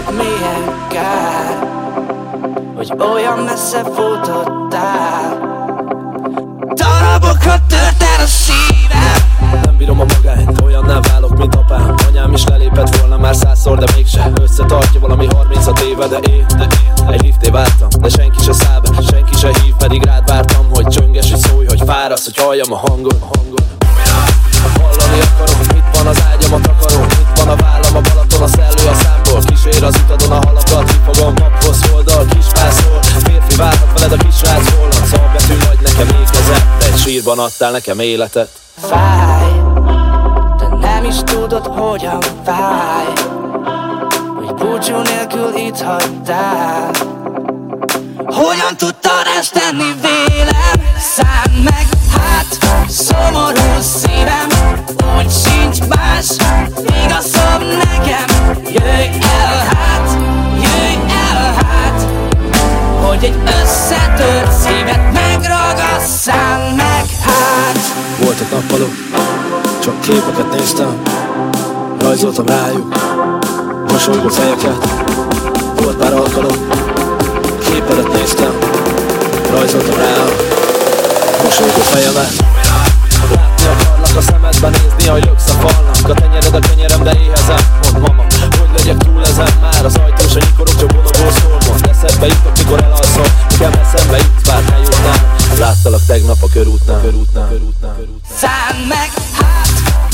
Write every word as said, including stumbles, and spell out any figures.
Tudod milyen kár, hogy olyan messze futottál. Darabokra tört el a szívem. Nem bírom a magányt, olyannál válok, mint apám. Anyám is lelépett volna már százszor, de mégsem. Összetartja valami harmincat éve, de én, de én egy lifté vártam, de senki se száll be, senki se hív, pedig rád vártam, hogy csönges, hogy szólj, hogy fárasz, hogy halljam a hangot, a hangot. Hallani akarom, mit van az ágyam, a takarom, mit van a vállam, a Balaton, a szellő a számból. Kísér az utadon a halakat, kifogom, naphoz oldal, kisvászol. Férfi várhat veled a kisrác holland, szavbetű vagy nekem ékezett. Egy sírban adtál nekem életet. Fáj, de nem is tudod, hogyan fáj, hogy búcsú nélkül itt hagytál. Hogyan tudtad ezt tenni vélem? Szánd meg, hát szomorú szívem, úgy sincs más igazom nekem. Jöjj el hát, jöjj el hát, hogy egy összetört szívet megragasz. Szánd meg hát. Voltak nappalok, csak képeket néztem, rajzoltam rájuk mosolygó fejeket. Volt pár alkalom, képedet néztem, rajzoltam rá a mosolygó fejemet. Látni akarlak a szemedben, nézni, hogy löksz a falnak. A tenyered a kenyerem, de éhezem. Mondd mama, hogy legyek túl ezen. Már az ajtós, a nyikorok csak vonogó szól. Mondd eszedbe jutok, mikor elalszol. Nekem eszembe jutsz, bár ne jutnál. Láttalak tegnap a körútnál, körútnál, körútnál, körútnál. Szánd meg hát,